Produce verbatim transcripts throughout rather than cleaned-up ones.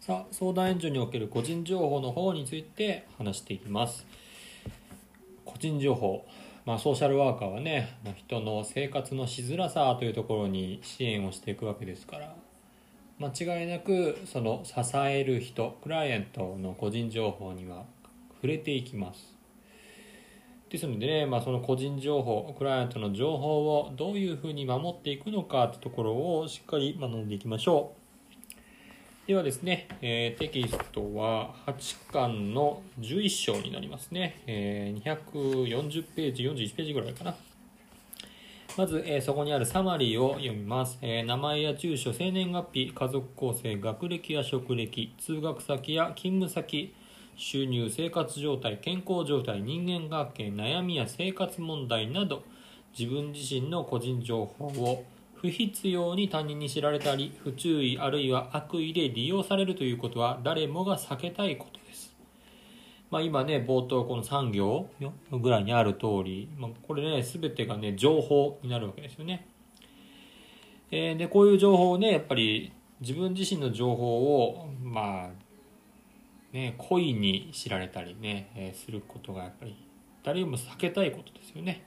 さあ、相談援助における個人情報の方について話していきます。個人情報、まあ、ソーシャルワーカーはね、人の生活のしづらさというところに支援をしていくわけですから、間違いなくその支える人、クライアントの個人情報には触れていきます。ですのでね、まあ、その個人情報、クライアントの情報をどういうふうに守っていくのかというところをしっかり学んでいきましょう。ではですね、えー、テキストははちかんのじゅういっ章になりますね。えー、にひゃくよんじゅうページ、よんじゅういちページぐらいかな。まず、えー、そこにあるサマリーを読みます。えー、名前や住所、生年月日、家族構成、学歴や職歴、通学先や勤務先、収入、生活状態、健康状態、人間関係、悩みや生活問題など、自分自身の個人情報を不必要に他人に知られたり、不注意あるいは悪意で利用されるということは誰もが避けたいことです。まあ、今ね、冒頭このさん行ぐらいにある通り、まあ、これね、すべてがね、情報になるわけですよね。えー、で、こういう情報をね、やっぱり自分自身の情報を、まあ、ね、故意に知られたりね、えー、することがやっぱり誰も避けたいことですよね。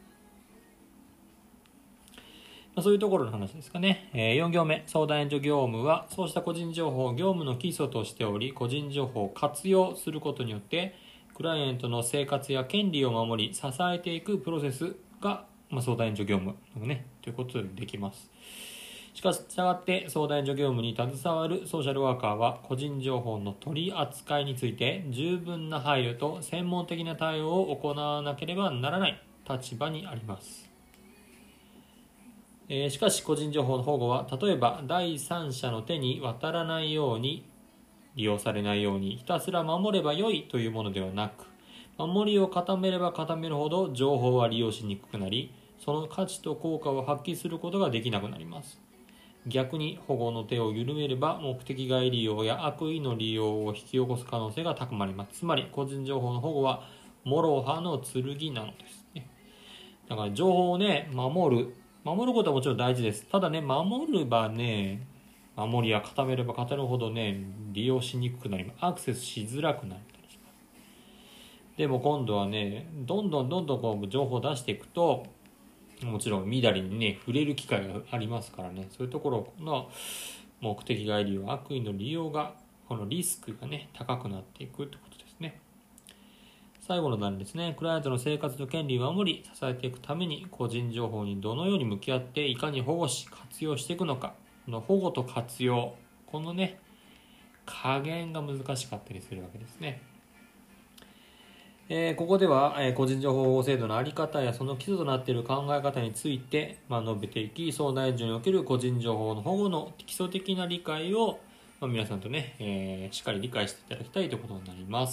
まあ、そういうところの話ですかね。えー、よん行目、相談援助業務はそうした個人情報を業務の基礎としており、個人情報を活用することによってクライアントの生活や権利を守り支えていくプロセスが、まあ、相談援助業務、ね、ということでできます。しかし、したがって相談援助業務に携わるソーシャルワーカーは個人情報の取り扱いについて十分な配慮と専門的な対応を行わなければならない立場にあります。えー、しかし個人情報の保護は例えば第三者の手に渡らないように利用されないようにひたすら守ればよいというものではなく、守りを固めれば固めるほど情報は利用しにくくなり、その価値と効果を発揮することができなくなります。逆に保護の手を緩めれば目的外利用や悪意の利用を引き起こす可能性が高まります。つまり個人情報の保護は諸刃の剣なのですね。だから情報をね、守る守ることはもちろん大事です。ただね、守ればね、守りや固めれば固めるほどね、利用しにくくなります。アクセスしづらくなったりします。でも今度はね、どんどんどんどんこう情報を出していくと、もちろんみだりにね、触れる機会がありますからね、そういうところの目的外利用、悪意の利用が、このリスクがね、高くなっていくということですね。最後の段ですね。クライアントの生活と権利を守り、支えていくために個人情報にどのように向き合っていかに保護し活用していくのか。この保護と活用、このね、加減が難しかったりするわけですね。えー、ここでは、えー、個人情報保護制度の在り方やその基礎となっている考え方について、まあ、述べていき、相談援助における個人情報の保護の基礎的な理解を、まあ、皆さんとね、えー、しっかり理解していただきたいということになります。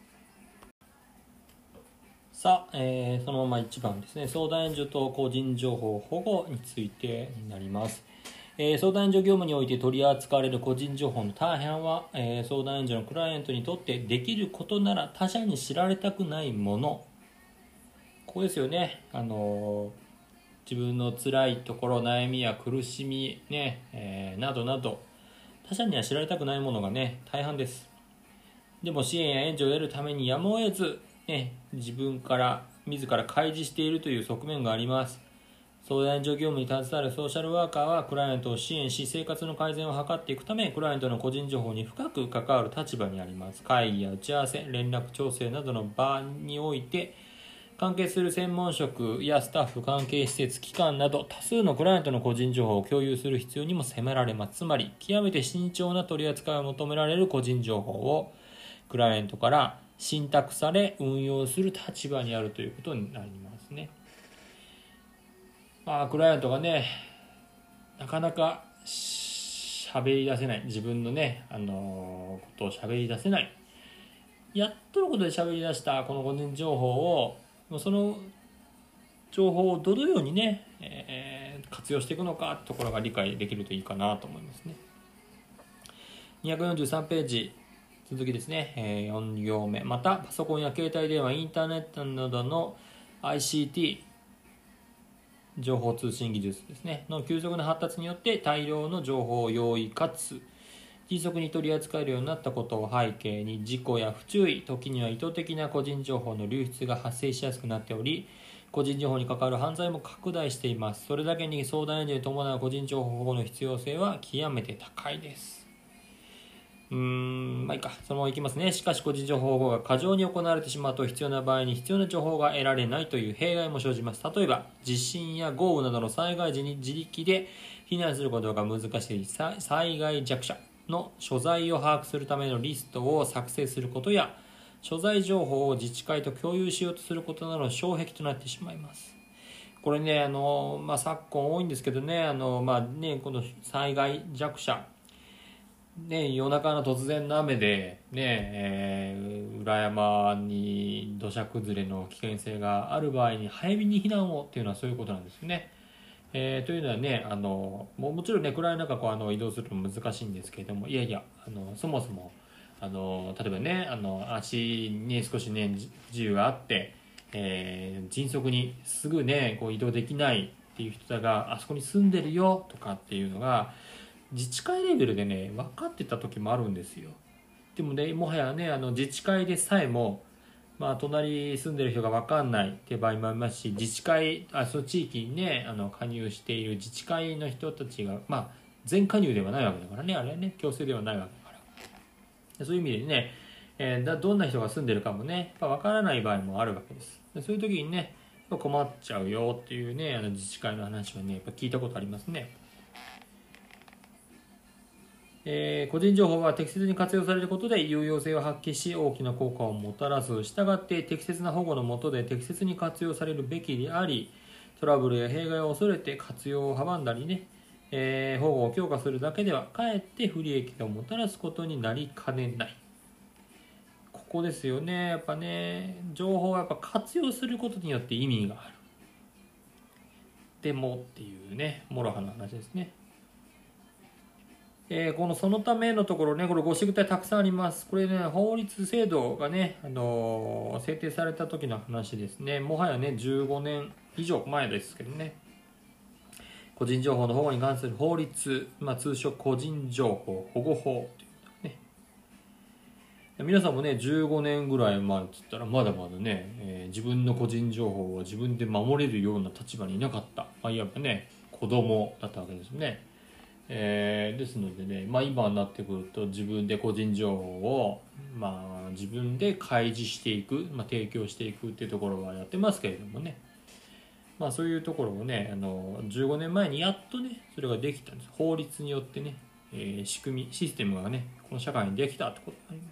さあ、えー、そのままいちばんですね。相談援助と個人情報保護についてになります。えー、相談援助業務において取り扱われる個人情報の大半は、えー、相談援助のクライアントにとってできることなら他者に知られたくないもの。ここですよね。あのー、自分の辛いところ、悩みや苦しみ、ね、えー、などなど、他者には知られたくないものがね、大半です。でも支援や援助を得るためにやむを得ず、ね、自分から自ら開示しているという側面があります。相談援助業務に携わるソーシャルワーカーはクライアントを支援し生活の改善を図っていくためクライアントの個人情報に深く関わる立場にあります。会議や打ち合わせ、連絡調整などの場において関係する専門職やスタッフ、関係施設、機関など多数のクライアントの個人情報を共有する必要にも迫られます。つまり極めて慎重な取り扱いを求められる個人情報をクライアントから信託され運用する立場にあるということになりますね。まあ、クライアントがね、なかなか喋り出せない、自分のね、あのー、ことを喋り出せない、やっとのことで喋り出したこの個人情報を、その情報をどのようにね、えー、活用していくのかというところが理解できるといいかなと思いますね。にひゃくよんじゅうさんページ続きですね、えー、よん行目。またパソコンや携帯電話、インターネットなどの アイシーティー情報通信技術ですねの急速な発達によって大量の情報を容易かつ迅速に取り扱えるようになったことを背景に、事故や不注意、時には意図的な個人情報の流出が発生しやすくなっており、個人情報に関わる犯罪も拡大しています。それだけに相談援助に伴う個人情報保護の必要性は極めて高いです。うーん、まあいいか。そのままいきますね。しかし個人情報保護が過剰に行われてしまうと、必要な場合に必要な情報が得られないという弊害も生じます。例えば、地震や豪雨などの災害時に自力で避難することが難しい災害弱者の所在を把握するためのリストを作成することや、所在情報を自治会と共有しようとすることなどの障壁となってしまいます。これね、あのまあ、昨今多いんですけどね、あのまあね、この災害弱者、ね、夜中の突然の雨で、ねえー、裏山に土砂崩れの危険性がある場合に早めに避難をっていうのはそういうことなんですよね。えー、というのはね、あのももちろんね、暗い中こうあの移動するの難しいんですけれども、いやいや、あのそもそもあの例えばね、あの足に少しね自由があって、えー、迅速にすぐねこう移動できないっていう人があそこに住んでるよとかっていうのが自治会レベルでね分かってた時もあるんですよ。でもね、もはやね、あの自治会でさえもまあ、隣に住んでる人が分かんないっていう場合もありますし、自治会、あその地域にねあの加入している自治会の人たちが、まあ、全加入ではないわけだからね、あれはね強制ではないわけだから、そういう意味でね、えー、だどんな人が住んでるかもねやっぱ分からない場合もあるわけです。でそういう時にね困っちゃうよっていうねあの自治会の話はねやっぱ聞いたことありますね。えー、個人情報は適切に活用されることで有用性を発揮し大きな効果をもたらす。したがって適切な保護の下で適切に活用されるべきであり、トラブルや弊害を恐れて活用を阻んだりね、えー、保護を強化するだけではかえって不利益をもたらすことになりかねない。ここですよね。やっぱね、情報はやっぱ活用することによって意味がある。でもっていうね、もろはの話ですね。えー、このそのためのところね、これご指具体たくさんあります。これね、法律制度がね、あのー、制定された時の話ですね。もはやね、じゅうごねん以上前ですけどね。個人情報の保護に関する法律、まあ、通称個人情報保護法というね。皆さんもね、じゅうごねんぐらい前って言ったら、まだまだね、えー、自分の個人情報を自分で守れるような立場にいなかった。まあ、いわばね、子供だったわけですね。えー、ですのでね、まあ、今になってくると自分で個人情報を、まあ、自分で開示していく、まあ、提供していくっていうところはやってますけれどもね、まあ、そういうところをねあのじゅうごねんまえにやっとねそれができたんです。法律によってね、えー、仕組みシステムがねこの社会にできたってことになります。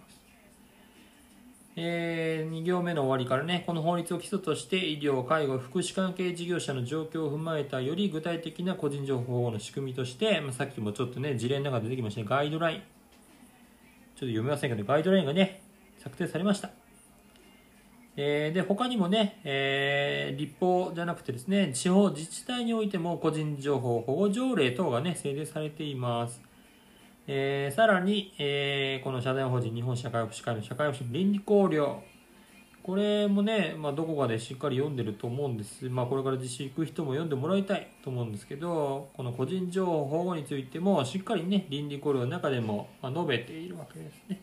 えー、に行目の終わりからね、この法律を基礎として医療、介護、福祉関係事業者の状況を踏まえたより具体的な個人情報保護の仕組みとして、まあ、さっきもちょっとね事例の中で出てきましたね、ガイドライン、ちょっと読めませんけどガイドラインがね策定されました。えー、で他にもね、えー、立法じゃなくてですね、地方自治体においても個人情報保護条例等がね制定されています。えー、さらに、えー、この社団法人日本社会福祉会の社会福祉倫理考慮、これもね、まあ、どこかでしっかり読んでると思うんです。まあ、これから実習行く人も読んでもらいたいと思うんですけど、この個人情報保護についてもしっかりね倫理考慮の中でも述べているわけですね。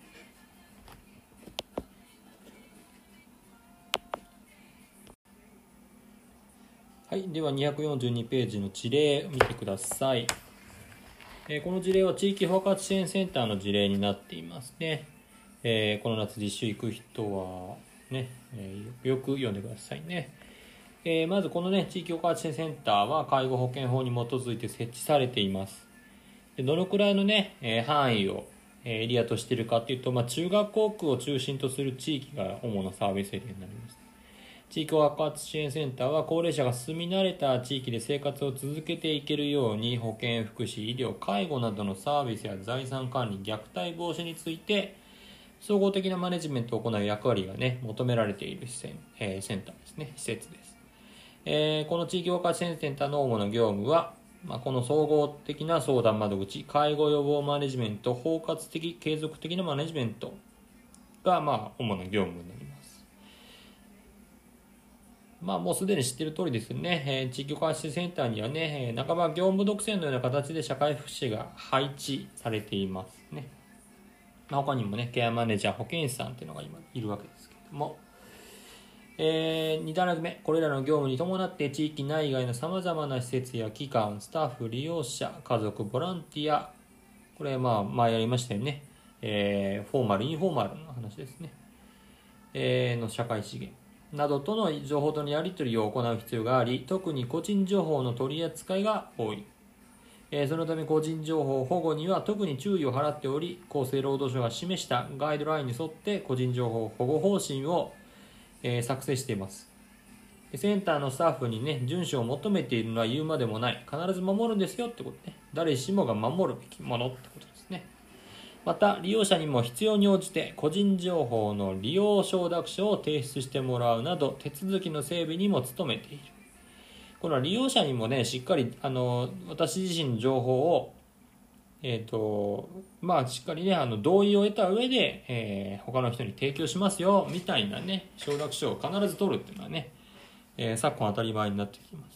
はい、ではにひゃくよんじゅうにページの事例を見てください。えー、この事例は地域包括支援センターの事例になっていますね。えー、この夏実習行く人はね、えー、よく読んでくださいね。えー、まずこのね地域包括支援センターは介護保険法に基づいて設置されています。でどのくらいのね、えー、範囲をエリアとしているかというと、まあ、中学校区を中心とする地域が主なサービスエリアになります。地域包括支援センターは高齢者が住み慣れた地域で生活を続けていけるように保健福祉、医療、介護などのサービスや財産管理、虐待防止について総合的なマネジメントを行う役割がね求められているセン、えー、センターですね、施設です。えー、この地域包括支援センターの主な業務は、まあ、この総合的な相談窓口、介護予防マネジメント、包括的継続的なマネジメントがまあ主な業務になります。 まあもうすでに知っている通りですね、えー、地域おこしセンターにはね、えー、半ば業務独占のような形で社会福祉が配置されていますね。まあ、他にもね、ケアマネージャー、保健師さんっていうのが今いるわけですけれども、えー、に段落目、これらの業務に伴って地域内外のさまざまな施設や機関、スタッフ、利用者、家族、ボランティア、これまあ前やりましたよね、えー、フォーマル、インフォーマルの話ですね、えー、の社会資源などとの情報とのやり取りを行う必要があり、特に個人情報の取り扱いが多い。えー、そのため個人情報保護には特に注意を払っており、厚生労働省が示したガイドラインに沿って個人情報保護方針を、えー、作成しています。センターのスタッフにね、遵守を求めているのは言うまでもない。必ず守るんですよってことね。誰しもが守るべきものってことですね。また利用者にも必要に応じて個人情報の利用承諾書を提出してもらうなど手続きの整備にも努めている。この利用者にもね、しっかりあの私自身の情報をえっ、ー、とまあしっかりね、あの同意を得た上で、えー、他の人に提供しますよみたいなね、承諾書を必ず取るっていうのはね、えー、昨今当たり前になってきます。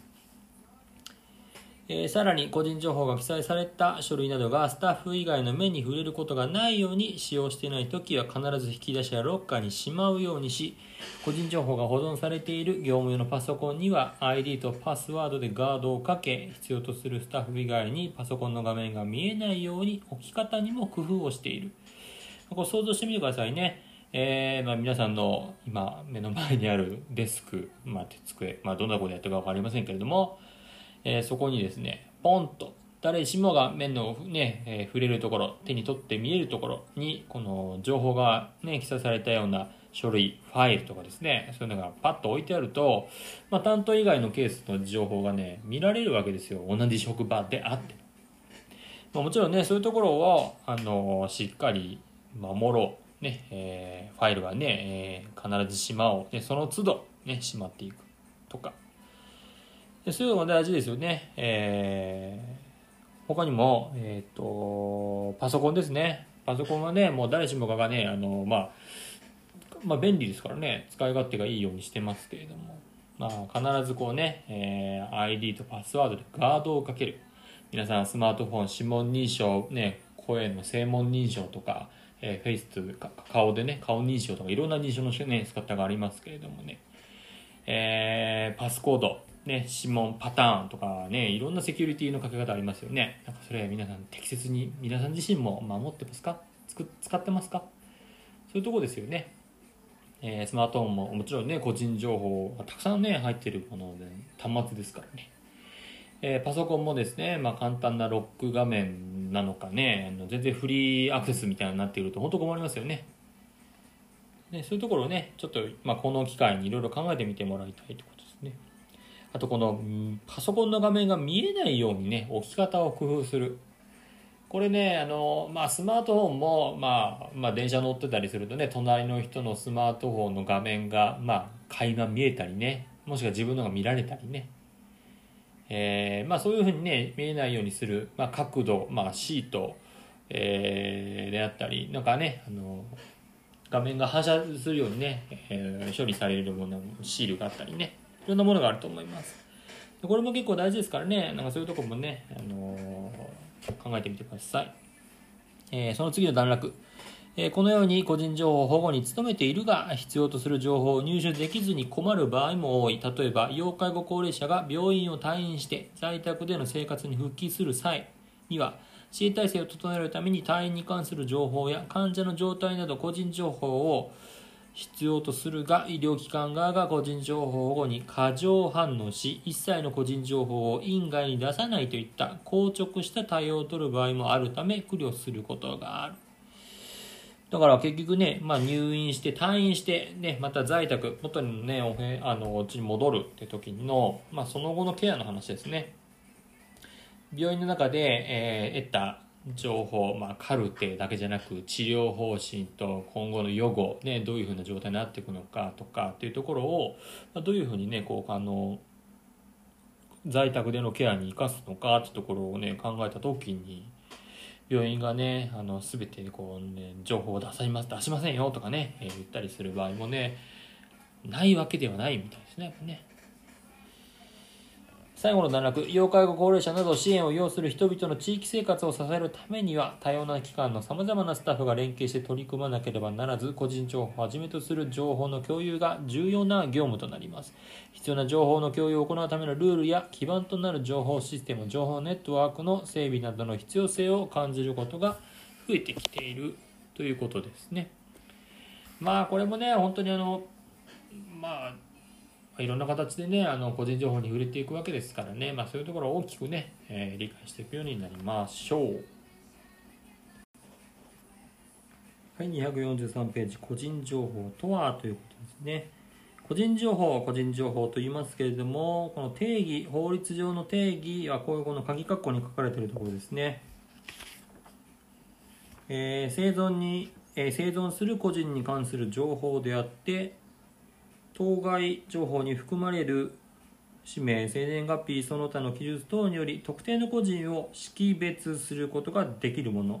えー、さらに個人情報が記載された書類などがスタッフ以外の目に触れることがないように使用していないときは必ず引き出しやロッカーにしまうようにし、個人情報が保存されている業務用のパソコンには アイディー とパスワードでガードをかけ、必要とするスタッフ以外にパソコンの画面が見えないように置き方にも工夫をしている。これ想像してみてくださいね。えーまあ、皆さんの今目の前にあるデスク、まあ、手机、まあ、どんなことやってるか分かりませんけれども、えー、そこにですね、ポンと誰しもが目の、ねえー、触れるところ、手に取って見えるところにこの情報が、ね、記載されたような書類、ファイルとかですね、そういうのがパッと置いてあると、まあ、担当以外のケースの情報がね見られるわけですよ。同じ職場であって、まあ、もちろんね、そういうところをあのしっかり守ろう、ねえー、ファイルはね、えー、必ずしまおう、ね、その都度、ね、しまっていくとか、そういうのが大事ですよね。えー、他にも、えーと、パソコンですね。パソコンはね、もう誰しもがね、あの、まあ、まあ、便利ですからね、使い勝手がいいようにしてますけれども、まあ、必ずこうね、えー、アイディー とパスワードでガードをかける。皆さん、スマートフォン、指紋認証、ね、声の声紋認証とか、えー、フェイスというか、顔でね、顔認証とか、いろんな認証の、ね、使い方がありますけれどもね、えー、パスコード、ね、指紋パターンとかね、いろんなセキュリティのかけ方ありますよね。なんかそれ皆さん適切に皆さん自身も守ってますか？つく使ってますか？そういうところですよね。えー、スマートフォンももちろんね、個人情報がたくさんね入っているもので、端末ですからね。えー、パソコンもですね、まあ、簡単なロック画面なのかね、全然フリーアクセスみたいになっていると本当困りますよね。ね、そういうところをね、ちょっと、まあ、この機会にいろいろ考えてみてもらいたいということですね。あとこのパソコンの画面が見えないようにね、置き方を工夫する。これね、あの、まあ、スマートフォンも、まあ、まあ、電車乗ってたりするとね、隣の人のスマートフォンの画面が、まあ、垣間見えたりね、もしくは自分のが見られたりね。えー、まあ、そういうふうにね、見えないようにする、まあ、角度、まあ、シート、えー、であったり、なんかね、あの、画面が反射するようにね、えー、処理されるものシールがあったりね、いろんなものがあると思います。これも結構大事ですからね、なんかそういうところもね、あのー、考えてみてください。えー、その次の段落、えー、このように個人情報保護に努めているが、必要とする情報を入手できずに困る場合も多い。例えば要介護高齢者が病院を退院して在宅での生活に復帰する際には、支援体制を整えるために退院に関する情報や患者の状態など個人情報を必要とするが、医療機関側が個人情報保護に過剰反応し、一切の個人情報を院外に出さないといった硬直した対応を取る場合もあるため苦慮することがある。だから結局ね、まあ、入院して退院して、ね、また在宅元にねおへあのお家に戻るって時の、まあ、その後のケアの話ですね。病院の中で、えー、得た情報、まあ、カルテだけじゃなく治療方針と今後の予後、ね、どういうふうな状態になっていくのかとかっていうところを、まあ、どういうふうにねこうあの在宅でのケアに生かすのかっていうところをね考えた時に、病院がねあの全てこう、ね、情報を出します出しませんよとかね、えー、言ったりする場合もね、 ないわけではないみたいですね。やっぱね。最後の段落、要介護高齢者など支援を要する人々の地域生活を支えるためには多様な機関のさまざまなスタッフが連携して取り組まなければならず、個人情報をはじめとする情報の共有が重要な業務となります。必要な情報の共有を行うためのルールや基盤となる情報システム、情報ネットワークの整備などの必要性を感じることが増えてきているということですね。まあこれもね、本当にあのまあいろんな形でね、あの個人情報に触れていくわけですからね、まあ、そういうところを大きくね、えー、理解していくようになりましょう。はい、にひゃくよんじゅうさんページ、個人情報とはということですね。個人情報、個人情報と言いますけれども、この定義、法律上の定義はこういうこの鍵括弧に書かれているところですね。えー、生存に、えー、生存する個人に関する情報であって、当該情報に含まれる氏名、生年月日、その他の記述等により特定の個人を識別することができるもの。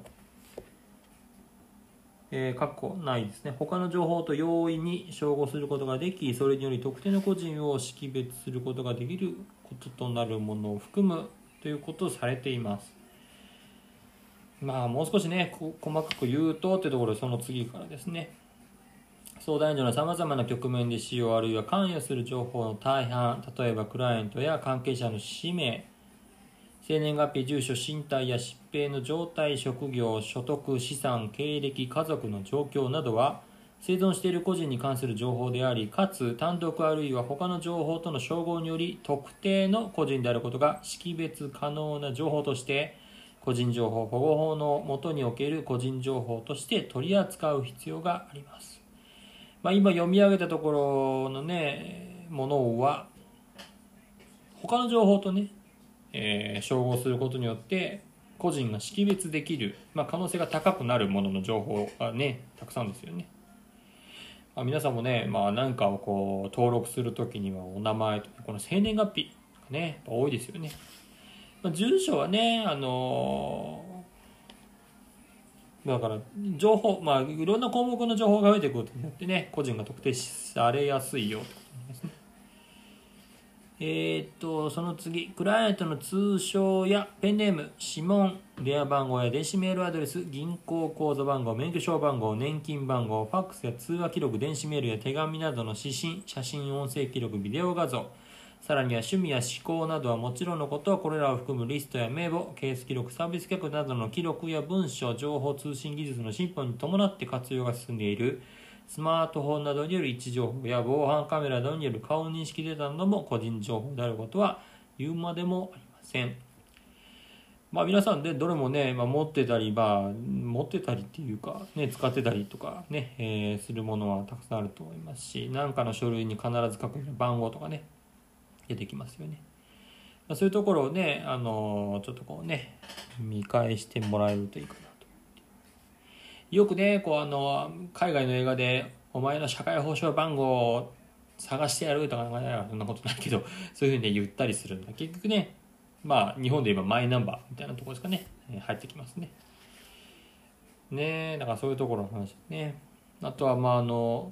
えー、括弧ないですね。他の情報と容易に照合することができ、それにより特定の個人を識別することができることとなるものを含むということをされています。まあもう少しね、細かく言うとというところでその次からですね。相談所のさまざまな局面で使用あるいは関与する情報の大半、例えばクライアントや関係者の氏名、生年月日、住所、身体や疾病の状態、職業、所得、資産、経歴、家族の状況などは生存している個人に関する情報であり、かつ単独あるいは他の情報との照合により特定の個人であることが識別可能な情報として個人情報保護法の下における個人情報として取り扱う必要があります。まあ、今読み上げたところのね、ものは他の情報とね、えー、照合することによって個人が識別できる、まあ、可能性が高くなるものの情報がね、たくさんですよね。まあ、皆さんもね、まあ、何かをこう登録するときにはお名前とこの生年月日がね、多いですよね。まあ、住所はね、あのーだから情報、まあいろんな項目の情報が増えていくことによってね、個人が特定されやすいよということですね。えー、っとその次、クライアントの通称やペンネーム、指紋、電話番号や電子メールアドレス、銀行口座番号、免許証番号、年金番号、ファックスや通話記録、電子メールや手紙などの指針、写真、音声記録、ビデオ画像、さらには趣味や思考などはもちろんのこと、これらを含むリストや名簿、ケース記録、サービス記録などの記録や文書、情報通信技術の進歩に伴って活用が進んでいるスマートフォンなどによる位置情報や防犯カメラなどによる顔認識データなども個人情報であることは言うまでもありません。まあ皆さんでどれもね、まあ、持ってたり、まあ、持ってたりっていうか、ね、使ってたりとかね、えー、するものはたくさんあると思いますし、何かの書類に必ず書く番号とかね、出てきますよね。そういうところをね、あのちょっとこうね見返してもらえるといいかなと。よくね、こうあの海外の映画でお前の社会保障番号を探してやるとか、そんなことないけど、そういうふうに言ったりするんだ。結局ね、まあ日本で言えばマイナンバーみたいなところですかね、入ってきますね。ね、だからそういうところの話ですね。あとはまああの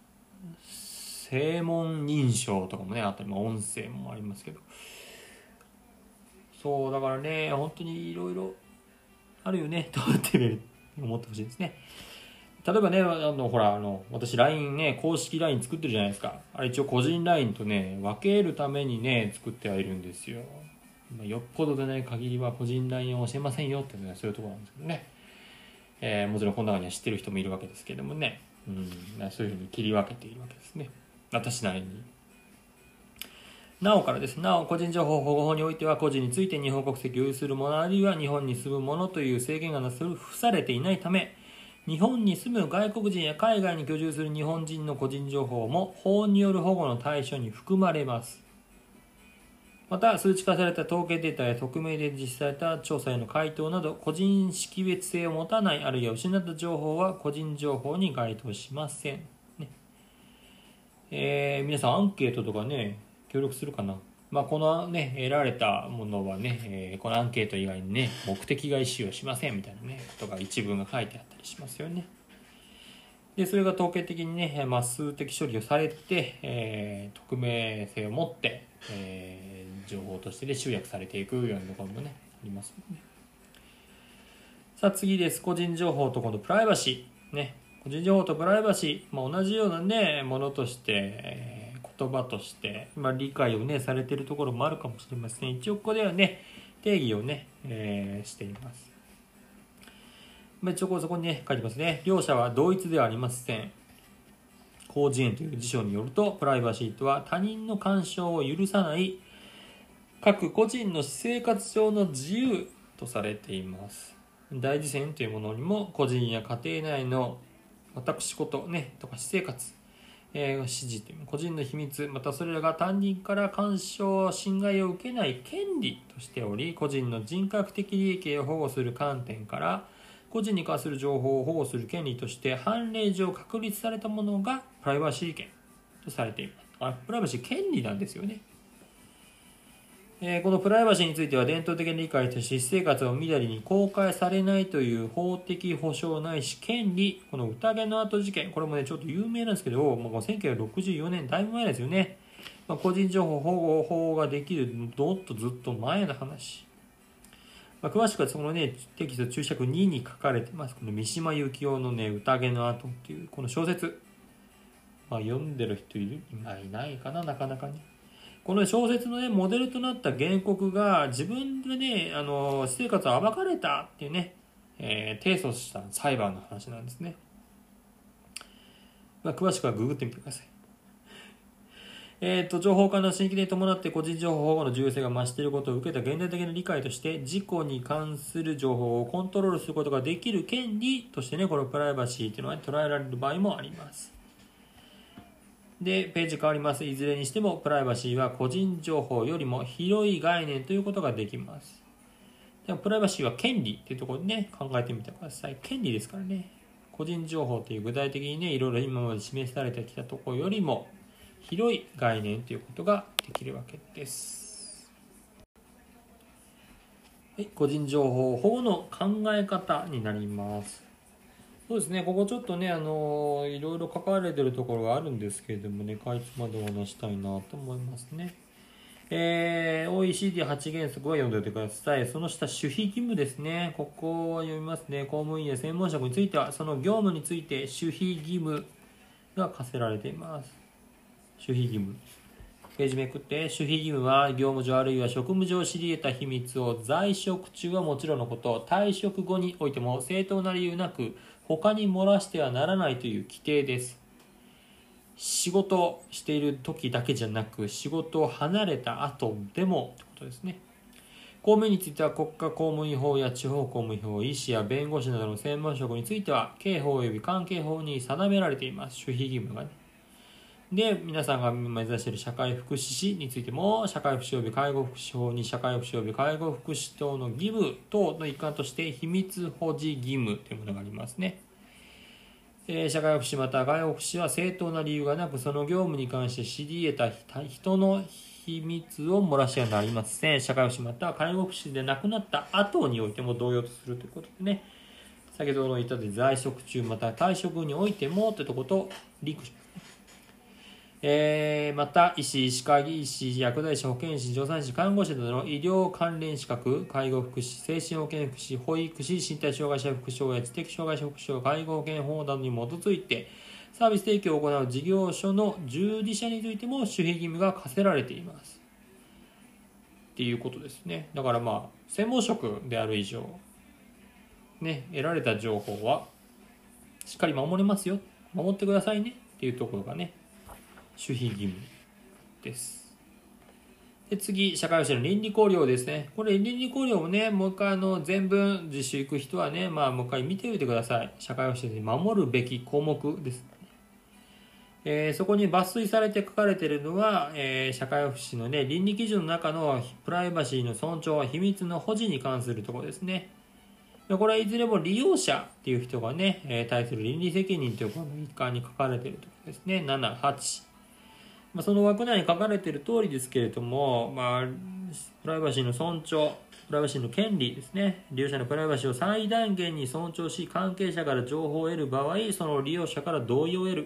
声紋認証とかもねあったり、まあ、音声もありますけど、そうだからね、本当にいろいろあるよねとって思ってほしいですね。例えばね、あのほらあの私 ライン ね、公式 ライン 作ってるじゃないですか。あれ一応個人 ライン とね分けるためにね作ってはいるんですよ。よっぽどでない限りは個人 ライン を教えませんよっていうのはそういうところなんですけどね、えー、もちろんこの中には知ってる人もいるわけですけどもね、うん、そういうふうに切り分けているわけですね、私なりに。なおからです。なお、個人情報保護法においては、個人について日本国籍を有する者あるいは日本に住む者という制限がなされていないため、日本に住む外国人や海外に居住する日本人の個人情報も法による保護の対象に含まれます。また、数値化された統計データや匿名で実施された調査への回答など、個人識別性を持たないあるいは失った情報は個人情報に該当しません。ねえー、皆さんアンケートとかね、協力するかな。まあ、このね、得られたものはね、えー、このアンケート以外にね、目的外使用しませんみたいなね、ことが一文が書いてあったりしますよね。 でそれが統計的にね、まあ、数的処理をされて、えー、匿名性を持って、えー、情報としてで集約されていくようなところもねありますね。さあ次です。個人情報と今度プライバシーね。個人情報とプライバシー、まあ、同じようなねものとして、えー、言葉として、まあ、理解をねされているところもあるかもしれません。一応ここではね定義をね、えー、しています。一応そこにね書いてますね。両者は同一ではありません。広辞苑という辞書によると、プライバシーとは他人の干渉を許さない各個人の私生活上の自由とされています。大辞典というものにも個人や家庭内の私事ねとか私生活、えー、指示という個人の秘密、またそれらが他人から干渉侵害を受けない権利としており、個人の人格的利益を保護する観点から個人に関する情報を保護する権利として判例上確立されたものがプライバシー権とされています。あ、プライバシー権利なんですよね。えー、このプライバシーについては伝統的な理解として私生活をみだりに公開されないという法的保障ないし権利、この宴の後事件、これもねちょっと有名なんですけど、もうせんきゅうひゃくろくじゅうよねんだいぶ前ですよね。まあ、個人情報保護法ができるもっとずっと前の話。まあ、詳しくはそのねテキスト注釈にに書かれてます。この三島由紀夫のね宴の後っていうこの小説、まあ、読んでる人いる今いないかな、なかなかね。この小説のねモデルとなった原告が自分でねあの私生活を暴かれたっていうね、えー、提訴した裁判の話なんですね。まあ、詳しくはググってみてください。えー、と情報化の進展に伴って個人情報保護の重要性が増していることを受けた現代的な理解として、事故に関する情報をコントロールすることができる権利としてね、このプライバシーというのは捉えられる場合もあります。で、ページ変わります。いずれにしてもプライバシーは個人情報よりも広い概念ということができます。でもプライバシーは権利というところでね考えてみてください。権利ですからね。個人情報という具体的にねいろいろ今まで示されてきたところよりも広い概念ということができるわけです。はい、個人情報保護の考え方になります。そうですね、ここちょっとね、あのいろいろ書かれてるところがあるんですけれどもね、かいつまでお話したいなと思いますね。えー、オーイーシーディーはち 原則は読んでおいてください。その下、守秘義務ですね。ここは読みますね。公務員や専門職については、その業務について守秘義務が課せられています。守秘義務。ページめくって、守秘義務は業務上あるいは職務上知り得た秘密を在職中はもちろんのこと、退職後においても正当な理由なく他に漏らしてはならないという規定です。仕事をしている時だけじゃなく、仕事を離れた後でもということですね。公務員については国家公務員法や地方公務員法、医師や弁護士などの専門職については刑法及び関係法に定められています。守秘義務がね。で、皆さんが目指している社会福祉士についても、社会福祉及び介護福祉法に社会福祉及び介護福祉等の義務等の一環として秘密保持義務というものがありますね。えー、社会福祉また介護福祉は正当な理由がなく、その業務に関して知り得た人の秘密を漏らしてはなりません。社会福祉また介護福祉で亡くなった後においても同様とするということでね、先ほど言ったとおり在職中また退職においてもというところとリンクします。えー、また医師、歯科医師、薬剤師、保健師、助産師、看護師などの医療関連資格、介護福祉、精神保健福祉、保育士、身体障害者福祉法や知的障害者福祉法、介護保険法などに基づいてサービス提供を行う事業所の従事者についても守秘義務が課せられていますっていうことですね。だからまあ専門職である以上ね、得られた情報はしっかり守れますよ、守ってくださいねっていうところがね守秘義務です。で次、社会福祉の倫理考慮ですね。これ倫理考慮をね、もう一回あの全文実習行く人はね、まあもう一回見ておいてください。社会福祉で守るべき項目です。えー、そこに抜粋されて書かれているのは、えー、社会福祉のね、倫理基準の中のプライバシーの尊重、秘密の保持に関するところですね。これはいずれも利用者っていう人がね、えー、対する倫理責任というこの一環に書かれているところですね。なな、はち。まあ、その枠内に書かれている通りですけれども、まあ、プライバシーの尊重、 プライバシーの権利ですね。利用者のプライバシーを最大限に尊重し、関係者から情報を得る場合、その利用者から同意を得る。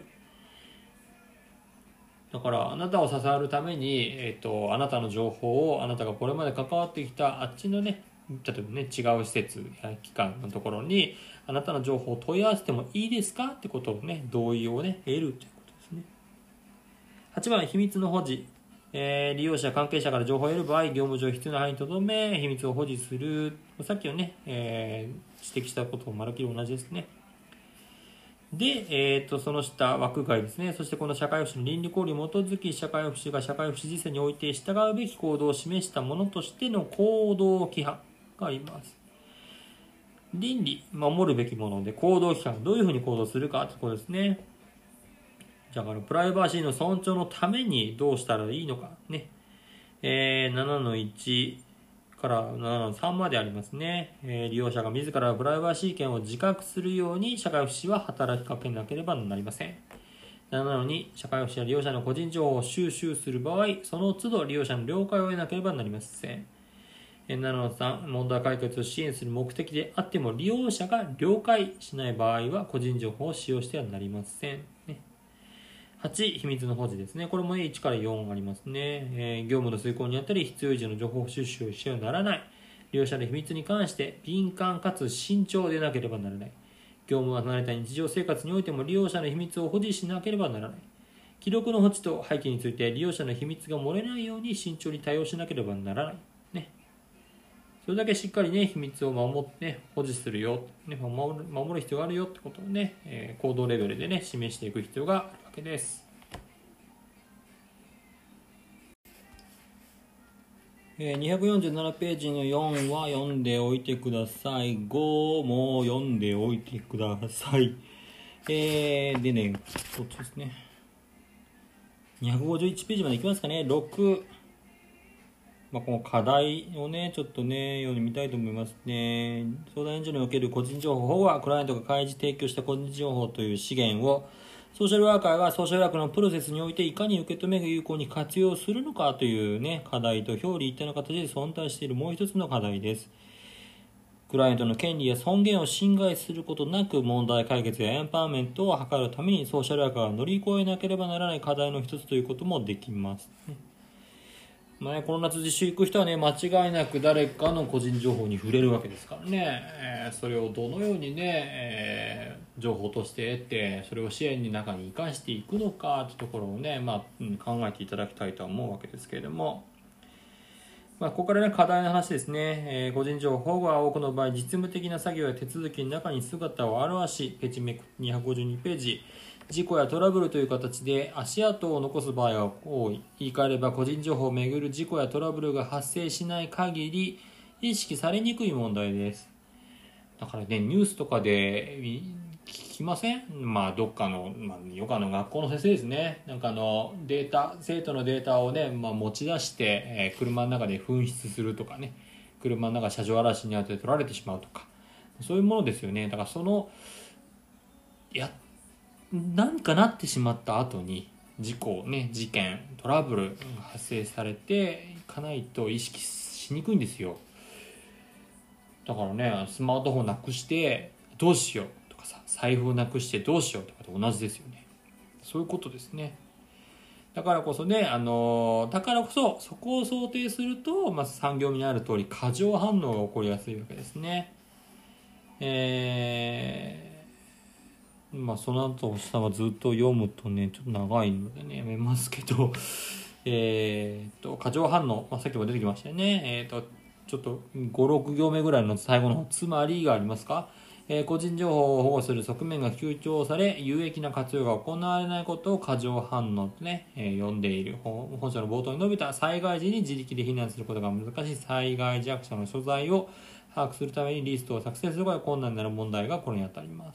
だからあなたを支えるために、えーと、あなたの情報をあなたがこれまで関わってきたあっちのね、例えばね、違う施設や機関のところにあなたの情報を問い合わせてもいいですかってことをね、同意をね、得るということですね。はちばん、秘密の保持。えー、利用者、関係者から情報を得る場合、業務上必要な範囲にとどめ、秘密を保持する。さっきのね、えー、指摘したこともまるっきり同じですね。で、えー、とその下、枠外ですね。そしてこの社会福祉の倫理行為に基づき、社会福祉が社会福祉実践において従うべき行動を示したものとしての行動規範があります。倫理、守るべきもので、行動規範、どういうふうに行動するかということですね。だから、プライバシーの尊重のためにどうしたらいいのかね。えー、ななのいちからななのさんまでありますね。えー、利用者が自らプライバシー権を自覚するように社会福祉は働きかけなければなりません。ななのに、社会福祉は利用者の個人情報を収集する場合、その都度利用者の了解を得なければなりません。ななのさん、問題解決を支援する目的であっても、利用者が了解しない場合は、個人情報を使用してはなりません。ね、はち、秘密の保持ですね。これもいちからよんありますね。えー、業務の遂行にあたり、必要以上の情報収集をしてはならない。利用者の秘密に関して敏感かつ慎重でなければならない。業務を離れた日常生活においても利用者の秘密を保持しなければならない。記録の保持と背景について利用者の秘密が漏れないように慎重に対応しなければならない。ね。それだけしっかりね、秘密を守って、ね、保持するよ、ね、守る、守る必要があるよってことをね、えー、行動レベルでね、示していく必要があるわけです。えー、にひゃくよんじゅうななページのよんは読んでおいてください。ごも読んでおいてください。えー、でね、こっちですね。にひゃくごじゅういちページまでいきますかね。ろく。まあ、この課題をね、ちょっとね、ように見たいと思いますね。相談援助における個人情報保護は、クライアントが開示提供した個人情報という資源を、ソーシャルワーカーがソーシャルワークのプロセスにおいていかに受け止めが有効に活用するのかというね、課題と表裏一体の形で存在しているもう一つの課題です。クライアントの権利や尊厳を侵害することなく問題解決やエンパワーメントを図るためにソーシャルワーカーが乗り越えなければならない課題の一つということもできますね。まあね、この夏実習行く人はね、間違いなく誰かの個人情報に触れるわけですからね、えー、それをどのようにね、えー、情報として得て、それを支援の中に生かしていくのかというところをね、まあうん、考えていただきたいとは思うわけですけれども、まあ、ここからね、課題の話ですね、えー、個人情報保護は多くの場合、実務的な作業や手続きの中に姿を現し、ページメにひゃくごじゅうにページ、事故やトラブルという形で足跡を残す場合が多い。言い換えれば個人情報をめぐる事故やトラブルが発生しない限り意識されにくい問題です。だからね、ニュースとかで聞きません？まあどっかの、まあ、よくあの学校の先生ですね。なんかあのデータ、生徒のデータをね、まあ、持ち出して、えー、車の中で紛失するとかね、車の中車上荒らしにあって取られてしまうとか、そういうものですよね。だからそのや何かなってしまった後に事故ね、事件、トラブルが発生されていかないと意識しにくいんですよ。だからね、スマートフォンなくしてどうしようとかさ、財布をなくしてどうしようとかと同じですよね。そういうことですね。だからこそね、あのだからこそそこを想定すると、まあ、さん行目にある通り過剰反応が起こりやすいわけですね。えーまあその後下はずっと読むとねちょっと長いのでねやめますけどえっと過剰反応、まあ、さっきも出てきましたよね。えっとちょっとご、ろく行目ぐらいの最後のつまりがありますか、えー、個人情報を保護する側面が強調され有益な活用が行われないことを過剰反応とね、えー、読んでいる。本書の冒頭に述べた災害時に自力で避難することが難しい災害弱者の所在を把握するためにリストを作成することが困難になる問題がこれにあたります。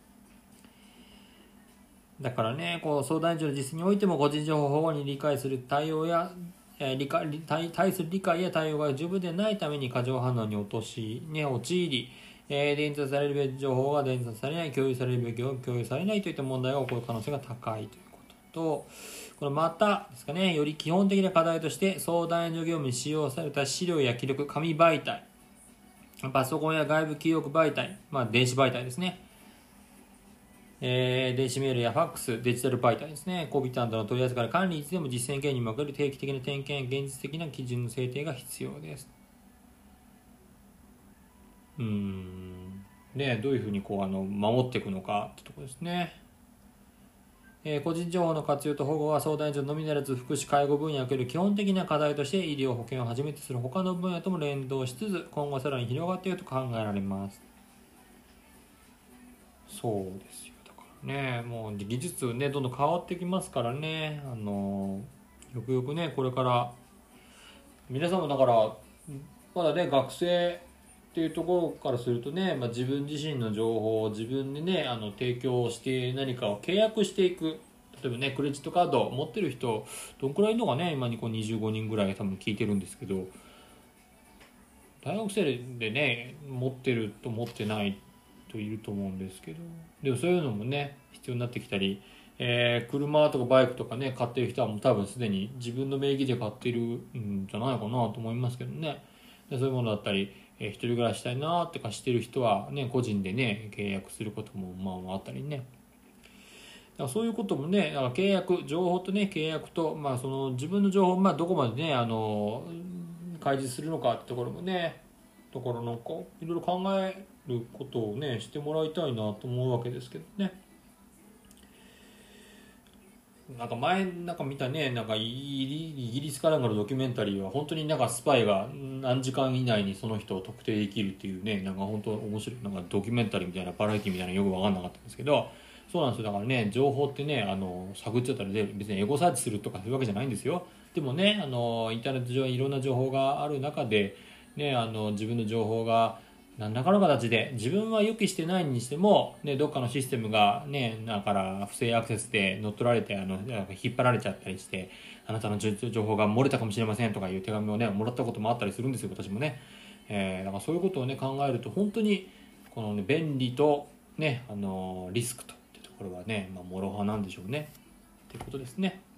だからね、こう相談所の実践においても個人情報保護に理解する対応や、えー、理解対対する理解や対応が十分でないために過剰反応に落とし、ね、陥り、えー、伝達されるべき情報が伝達されない、共有されるべきを共有されないといった問題が起こる可能性が高いということと、 このまたですかね、より基本的な課題として相談援助業務に使用された資料や記録、紙媒体、パソコンや外部記憶媒体、まあ、電子媒体ですね、えー、電子メールやファックス、デジタル媒体ですね、コビタントの取り扱い管理についても実践経営にもおける定期的な点検、現実的な基準の制定が必要です。うーん、ね、どういうふうにこうあの守っていくのかってところですね。えー、個人情報の活用と保護は相談所のみならず福祉介護分野における基本的な課題として医療保険をはじめとする他の分野とも連動しつつ今後さらに広がっていくと考えられます。そうですよ。ね、もう技術ねどんどん変わってきますからね、あのよくよくねこれから皆さんもだからまだね学生っていうところからするとね、まあ、自分自身の情報を自分でねあの提供して何かを契約していく、例えばねクレジットカードを持ってる人どんくらいいるのかね、今にこうにじゅうごにんぐらい多分聞いてるんですけど、大学生でね持ってると持ってないといると思うんですけど、でもそういうのもね必要になってきたり、えー、車とかバイクとかね買ってる人はもう多分すでに自分の名義で買ってるんじゃないかなと思いますけどね。でそういうものだったり、えー、一人暮らししたいなってかしてる人はね個人でね契約することもまああったりね、だからそういうこともね、だから契約情報とね契約と、まあ、その自分の情報、まあ、どこまでねあの開示するのかってところもねところなんかいろいろ考えることをねしてもらいたいなと思うわけですけどね。なんか前なんか見たね、なんかイギリスかなんかのドキュメンタリーは本当になんかスパイが何時間以内にその人を特定できるっていうね、なんか本当面白いなんかドキュメンタリーみたいなバラエティみたいなよく分かんなかったんですけど、そうなんですよ。だからね情報ってねあの探っちゃったら、ね、別にエゴサーチするとかそういうわけじゃないんですよ。でもねあのインターネット上いろんな情報がある中でね、あの自分の情報が何らかの形で自分は予期してないにしても、ね、どっかのシステムが、ね、だから不正アクセスで乗っ取られてあの引っ張られちゃったりしてあなたの情報が漏れたかもしれませんとかいう手紙を、ね、もらったこともあったりするんですよ私もね、えー、だからそういうことを、ね、考えると本当にこの、ね、便利と、ね、あのリスクとってところはね、まあ、諸刃なんでしょうねということですね。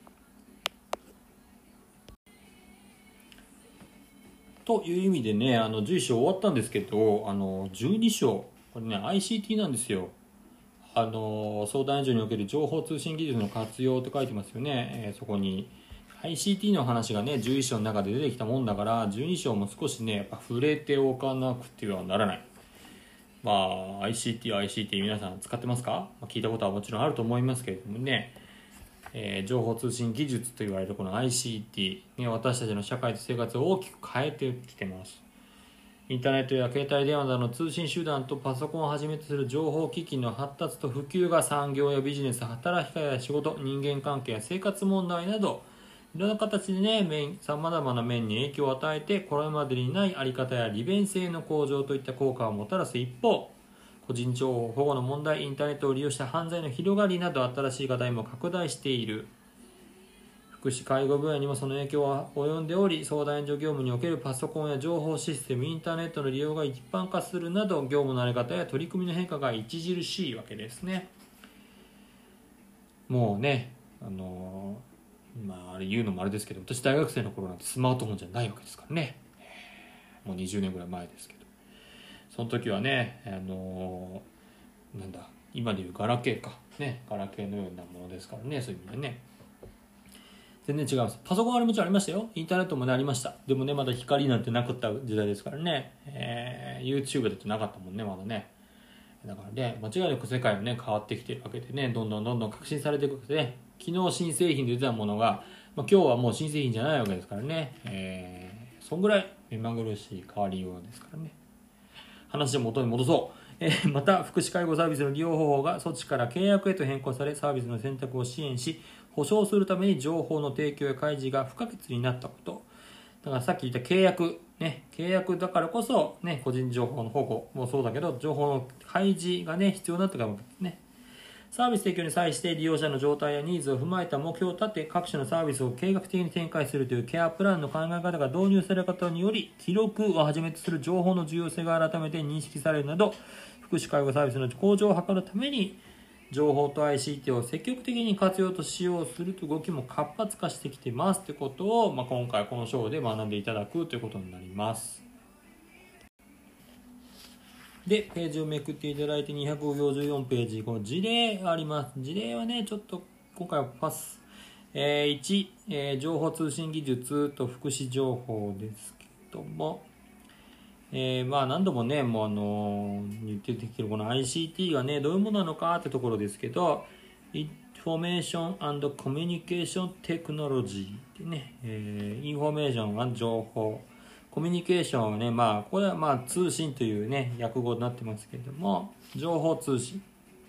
という意味でね、あのじゅういっ章終わったんですけど、あのじゅうに章、これね アイシーティー なんですよ。あの相談援助における情報通信技術の活用と書いてますよね、えー、そこに アイシーティー の話がねじゅういっ章の中で出てきたもんだからじゅうに章も少しねやっぱ触れておかなくてはならない。まあ アイシーティー アイシーティー 皆さん使ってますか？まあ、聞いたことはもちろんあると思いますけれどもね、えー、情報通信技術と言われるこの アイシーティー、ね、私たちの社会と生活を大きく変えてきてます。インターネットや携帯電話などの通信手段とパソコンをはじめとする情報機器の発達と普及が産業やビジネス、働き方や仕事、人間関係や生活問題などいろんな形でねさまざまな面に影響を与えてこれまでにない在り方や利便性の向上といった効果をもたらす一方、個人情報保護の問題、インターネットを利用した犯罪の広がりなど新しい課題も拡大している。福祉介護分野にもその影響は及んでおり、相談援助業務におけるパソコンや情報システム、インターネットの利用が一般化するなど業務の在り方や取り組みの変化が著しいわけですね。もうねあのー、まああれ言うのもあれですけど、私大学生の頃なんてスマートフォンじゃないわけですからね、もうにじゅうねんぐらい前ですけど、その時はねあのー、なんだ今でいうガラケーかね、ガラケーのようなものですからね、そういう意味でね全然違います。パソコンはもちろんありましたよ。インターネットもねありました。でもねまだ光なんてなかった時代ですからね、えー、YouTube だとなかったもんねまだね。だからね間違いなく世界はね変わってきてるわけでね、どんどんどんどん革新されていくわけでね、昨日新製品で出たものが、まあ、今日はもう新製品じゃないわけですからね、えー、そんぐらい目まぐるしい変わりようですからね。話を元に戻そう。えー、また福祉介護サービスの利用方法が措置から契約へと変更されサービスの選択を支援し保証するために情報の提供や開示が不可欠になったこと。だからさっき言った契約、ね、契約だからこそ、ね、個人情報の保護もそうだけど、情報の開示が、ね、必要になってからですね。サービス提供に際して利用者の状態やニーズを踏まえた目標を立て、各種のサービスを計画的に展開するというケアプランの考え方が導入されることにより、記録をはじめとする情報の重要性が改めて認識されるなど、福祉介護サービスの向上を図るために、 情報と アイシーティー を積極的に活用と使用するという動きも活発化してきてますということを、まあ、今回この章で学んでいただくということになります。で、ページをめくっていただいてにひゃくごじゅうよんページ、この事例があります。事例はね、ちょっと今回はパス。えー、いち、えー、情報通信技術と福祉情報ですけども、えー、まあ何度もね、もうあのー、言ってきてるこの アイシーティー がね、どういうものなのかってところですけど、インフォメーション&コミュニケーションテクノロジーってね、えー、インフォメーションは情報、コミュニケーションはね、まあ、これはまあ通信というね、訳語になってますけれども、情報通信、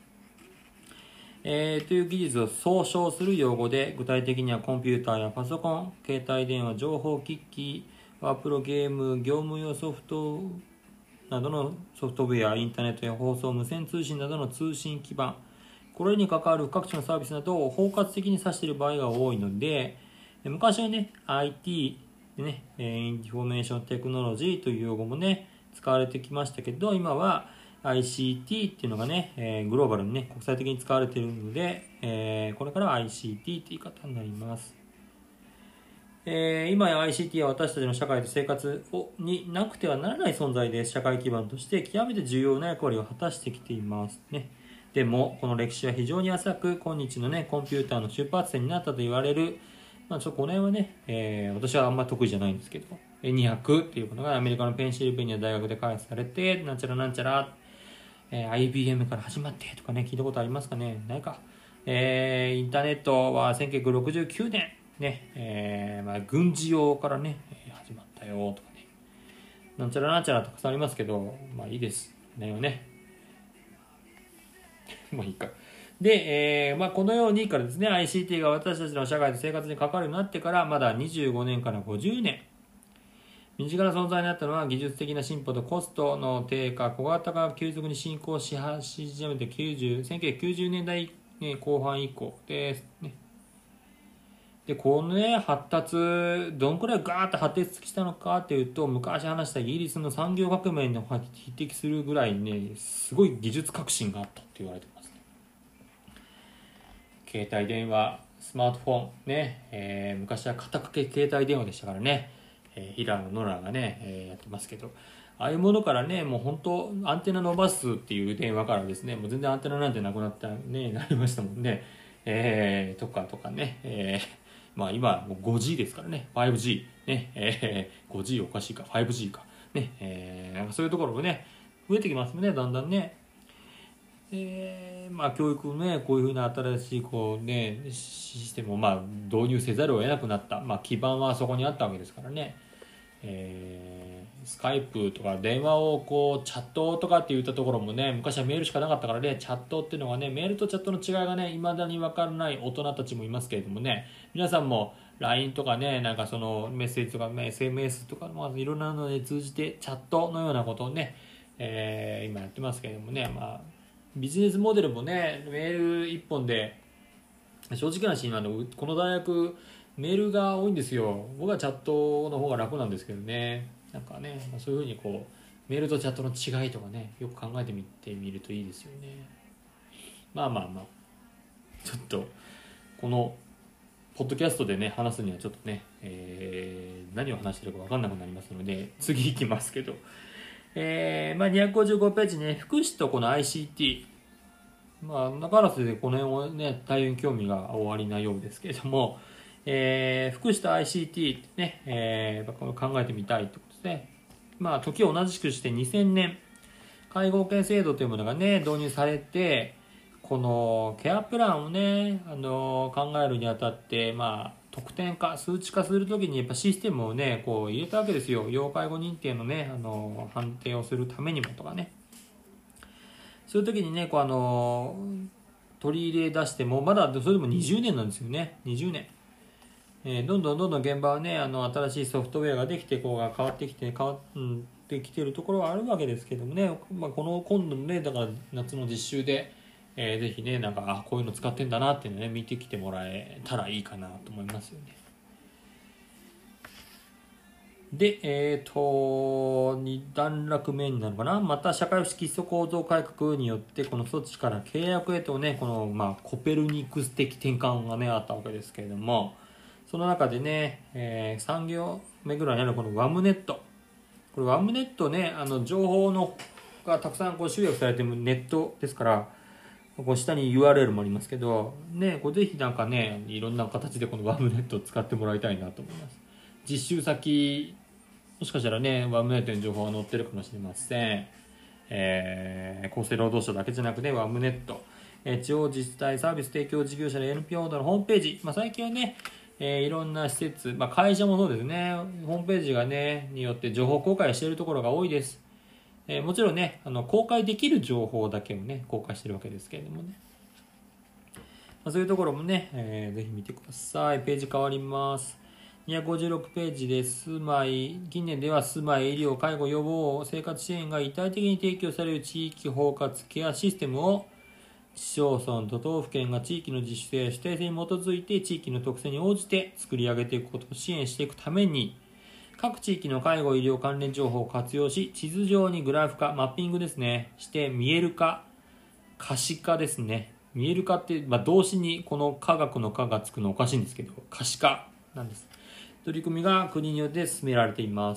えー、という技術を総称する用語で、具体的にはコンピューターやパソコン、携帯電話、情報機器、ワープロゲーム、業務用ソフトなどのソフトウェア、インターネットや放送、無線通信などの通信基盤、これに関わる各種のサービスなどを包括的に指している場合が多いので、昔はね、アイティー でね、インフォメーションテクノロジーという用語もね、使われてきましたけど、今は アイシーティー っていうのがね、えー、グローバルにね、国際的に使われているので、えー、これから アイシーティー という言い方になります。えー、今や アイシーティー は私たちの社会と生活をになくてはならない存在で、社会基盤として極めて重要な役割を果たしてきていますね。でも、この歴史は非常に浅く、今日のね、コンピューターの出発点になったと言われる、まあ、ちょっとこの辺はね、えー、私はあんまり得意じゃないんですけど、にひゃくっていうものがアメリカのペンシルベニア大学で開発されて、なんちゃらなんちゃら、えー、アイビーエム から始まってとかね、聞いたことありますかね、ないか。えー、インターネットはせんきゅうひゃくろくじゅうきゅうねん、ね、えー、まあ、軍事用からね、始まったよとかね、なんちゃらなんちゃらたくさんありますけど、まあいいです。ねよね。もういいか。で、えーまあ、このようにからですね、アイシーティー が私たちの社会と生活に関わるようになってからまだにじゅうごねんからごじゅうねん。身近な存在になったのは技術的な進歩とコストの低下、小型化が急速に進行し始めてきゅうじゅう、せんきゅうひゃくきゅうじゅうねんだいこう半以降ですね。で、このね、発達、どんくらいガーッと発達したのかっていうと、昔話したイギリスの産業革命に匹敵するぐらいね、すごい技術革新があったって言われてますね。携帯電話、スマートフォン、ね、えー、昔は肩掛け携帯電話でしたからね、えー、平野ノラがね、えー、やってますけど、ああいうものからね、もう本当、アンテナ伸ばすっていう電話からですね、もう全然アンテナなんてなくなったね、なりましたもんね。えー、とかとかね、えー、まあ今もう ごジー ですからね、ファイブジー、ね、えー、ごジー おかしいか、ファイブジー か、ね、えー、そういうところもね、増えてきますね、だんだんね。えー、まあ教育ね、こういうふうな新しいこうね、システムをまあ導入せざるを得なくなった。まあ基盤はそこにあったわけですからね。えー、スカイプとか電話をこうチャットとかって言ったところもね、昔はメールしかなかったからね、チャットっていうのがね、メールとチャットの違いがね、未だに分からない大人たちもいますけれどもね、皆さんも ライン とかね、なんかそのメッセージとか、ね、エスエムエス とか、まあ、いろんなので通じてチャットのようなことをね、えー、今やってますけれどもね、まあビジネスモデルもね、メール一本で、正直な話、今のこの大学、メールが多いんですよ。僕はチャットの方が楽なんですけどね。なんかね、そういうふうにこう、メールとチャットの違いとかね、よく考えてみてみるといいですよね。まあまあまあ、ちょっと、この、ポッドキャストでね、話すにはちょっとね、えー、何を話してるか分かんなくなりますので、次行きますけど、えーまあ、にひゃくごじゅうごページね、福祉とこの アイシーティー、まあ、中原でこの辺をね、大変興味がおありなようですけれども、えー、福祉と アイシーティー ってね、えー、考えてみたいということですね。まあ、時を同じくしてにせんねん、介護保険制度というものがね、導入されて、このケアプランをね、あの考えるにあたって、まあ、得点化、数値化するときにやっぱシステムをね、こう入れたわけですよ。要介護認定のね、あの判定をするためにもとかね。そういう時にね、こうあの取り入れ出しても、まだそれでもにじゅうねんなんですよね。にじゅうねん。えー、どんどんどんどん現場はね、あの新しいソフトウェアができて、こうが変わってきて、変わってきてるところはあるわけですけどもね、まあ、この今度のね、だから夏の実習で、えー、ぜひね、なんか、あ、こういうの使ってんだなっていうのね、見てきてもらえたらいいかなと思いますよね。 で、えっ、と、に段落目になるのかな。また、社会不基礎構造改革によって、この措置から契約へとね、この、まあ、コペルニクス的転換がね、あったわけですけれども、その中でね、えー、さん行目ぐらいにあるこのワムネット。これワムネットね、あの、情報のがたくさんこう集約されているネットですから、こう下に ユーアールエル もありますけど、ね、こうぜひなんかね、いろんな形でこのワムネットを使ってもらいたいなと思います。実習先、もしかしたらね、ワムネットの情報が載ってるかもしれません。えー、厚生労働省だけじゃなくね、ワムネット、えー、地方自治体サービス提供事業者の エヌピーオー のホームページ、まあ、最近はね、えー、いろんな施設、まあ、会社もそうですね、ホームページがね、によって情報公開しているところが多いです。えー、もちろんね、あの公開できる情報だけをね、公開しているわけですけれどもね。まあ、そういうところもね、えー、ぜひ見てください。ページ変わります。にひゃくごじゅうろくページで住まい、近年では住まい、医療、介護、予防、生活支援が一体的に提供される地域包括ケアシステムを市町村、都道府県が地域の自主性や主体性に基づいて地域の特性に応じて作り上げていくことを支援していくために、各地域の介護・医療関連情報を活用し、地図上にグラフ化、マッピングですね、して見える化、可視化ですね。見える化って、まあ、動詞にこの科学の科がつくのおかしいんですけど、可視化なんです。取り組みが国によって進められています。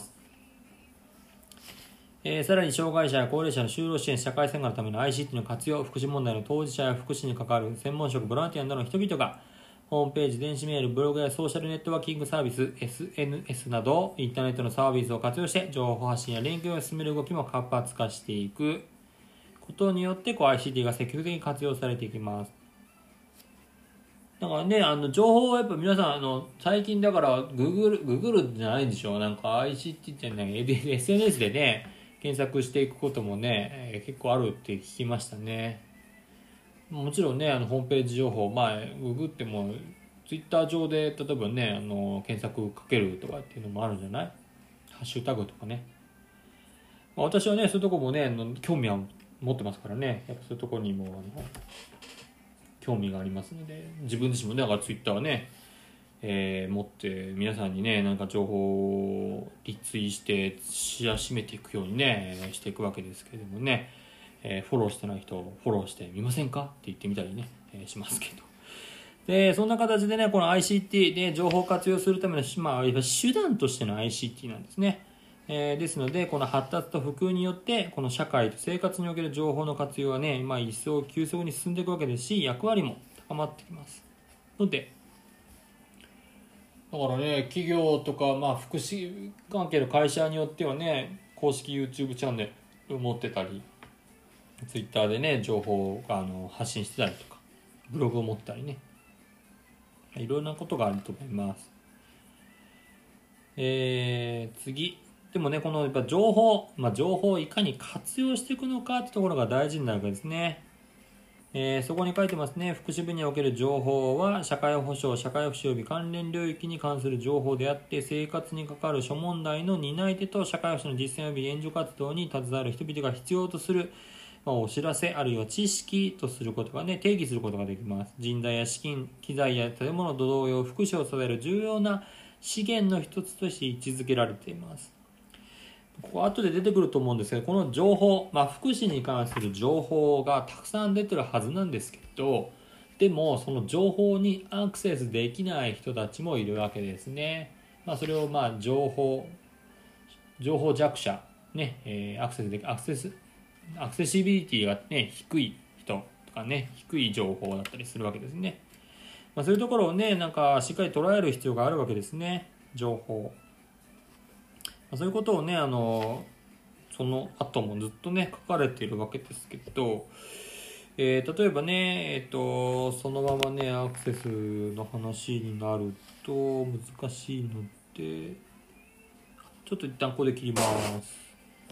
えー、さらに障害者や高齢者の就労支援、社会参加のための アイシーティー の活用、福祉問題の当事者や福祉に関わる専門職、ボランティアなどの人々がホームページ、電子メール、ブログやソーシャルネットワーキングサービス、エスエヌエス などインターネットのサービスを活用して情報発信や連携を進める動きも活発化していくことによってこう アイシーティー が積極的に活用されていきます。だからね、あの情報はやっぱ皆さんあの最近だからグーグル、グーグルじゃないんでしょう、なんか アイシーティー じゃない エスエヌエス でね検索していくこともね、えー、結構あるって聞きましたね。もちろんね、あのホームページ情報、まあググってもツイッター上で例えばね、あの検索かけるとかっていうのもあるんじゃない？ハッシュタグとかね。まあ、私はねそういうとこもね興味は持ってますからね、やっぱそういうところにもあの興味がありますので、自分自身もねだからツイッターね、えー、持って皆さんにねなんか情報をリツイして知らしめていくようにねしていくわけですけれどもね、えー、フォローしてない人をフォローしてみませんかって言ってみたりね、えー、しますけど、でそんな形でねこの アイシーティー で情報を活用するための、まあ、手段としての アイシーティー なんですね。えー、ですのでこの発達と普及によってこの社会と生活における情報の活用はね、まあ、一層急速に進んでいくわけですし、役割も高まってきますので、だからね企業とか、まあ、福祉関係の会社によってはね公式 YouTube チャンネルを持ってたり Twitter でね情報をあの発信してたりとかブログを持ってたりね、いろんなことがあると思います。えー、次でもねこのやっぱ情報、まあ、情報をいかに活用していくのかってところが大事になるわけですね。えー、そこに書いてますね。福祉部における情報は社会保障、社会福祉及び関連領域に関する情報であって生活に関わる諸問題の担い手と社会福祉の実践及び援助活動に携わる人々が必要とする、まあ、お知らせあるいは知識とすることがね定義することができます。人材や資金、機材や建物と同様福祉を支える重要な資源の一つとして位置づけられています。ここ後で出てくると思うんですけど、この情報、まあ、福祉に関する情報がたくさん出てるはずなんですけど、でもその情報にアクセスできない人たちもいるわけですね。まあ、それをまあ情報情報弱者、ねえー、アクセスでアクセスアクセシビリティが、ね、低い人とかね低い情報だったりするわけですね。まあ、そういうところをねなんかしっかり捉える必要があるわけですね。情報、そういうことをねあのその後もずっとね書かれているわけですけど、えー、例えばね、えー、とそのままねアクセスの話になると難しいのでちょっと一旦ここで切ります。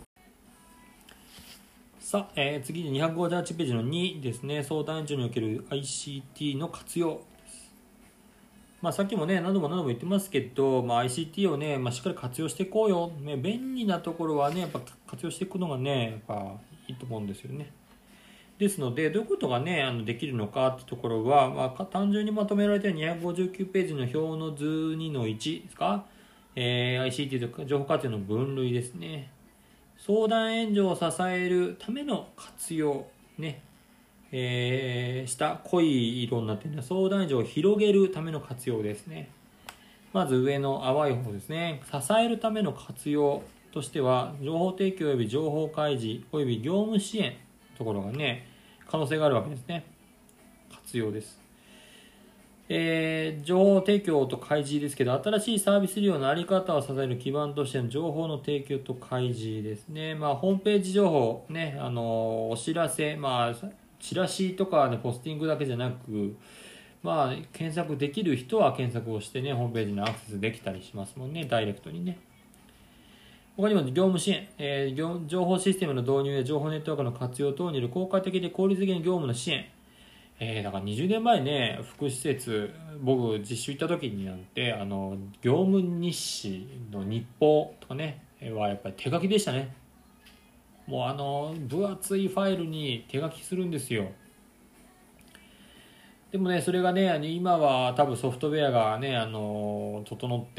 さあ、えー、次ににひゃくごじゅうはちページのにですね、相談所における アイシーティー の活用。まあ、さっきもね何度も何度も言ってますけど、まあ、アイシーティー をね、まあ、しっかり活用していこうよ、ね、便利なところはねやっぱ活用していくのがねやっぱいいと思うんですよね。ですのでどういうことがねあのできるのかってところは、まあ、単純にまとめられているにひゃくごじゅうきゅうページの表の図にのいちですか、 えー、アイシーティー と情報活用の分類ですね。相談援助を支えるための活用ね、えー、した濃い色になっているのは相談援助を広げるための活用ですね。まず上の淡い方ですね。支えるための活用としては、情報提供及び情報開示及び業務支援のところがね、可能性があるわけですね。活用です。えー、情報提供と開示ですけど、新しいサービス利用の在り方を支える基盤としての情報の提供と開示ですね。まあ、ホームページ情報、ね、あのお知らせ、まあ、チラシとか、ね、ポスティングだけじゃなく、まあ、検索できる人は検索をしてね、ホームページにアクセスできたりしますもんね、ダイレクトにね。他にも業務支援、えー、情報システムの導入や情報ネットワークの活用等による効果的で効率的な業務の支援。えー、だからにじゅうねんまえね、福祉施設、僕実習行った時になんて、あの、業務日誌の日報とかね、はやっぱり手書きでしたね。もうあの、分厚いファイルに手書きするんですよ。でもね、それがね、今は多分ソフトウェアがね、あの、整って、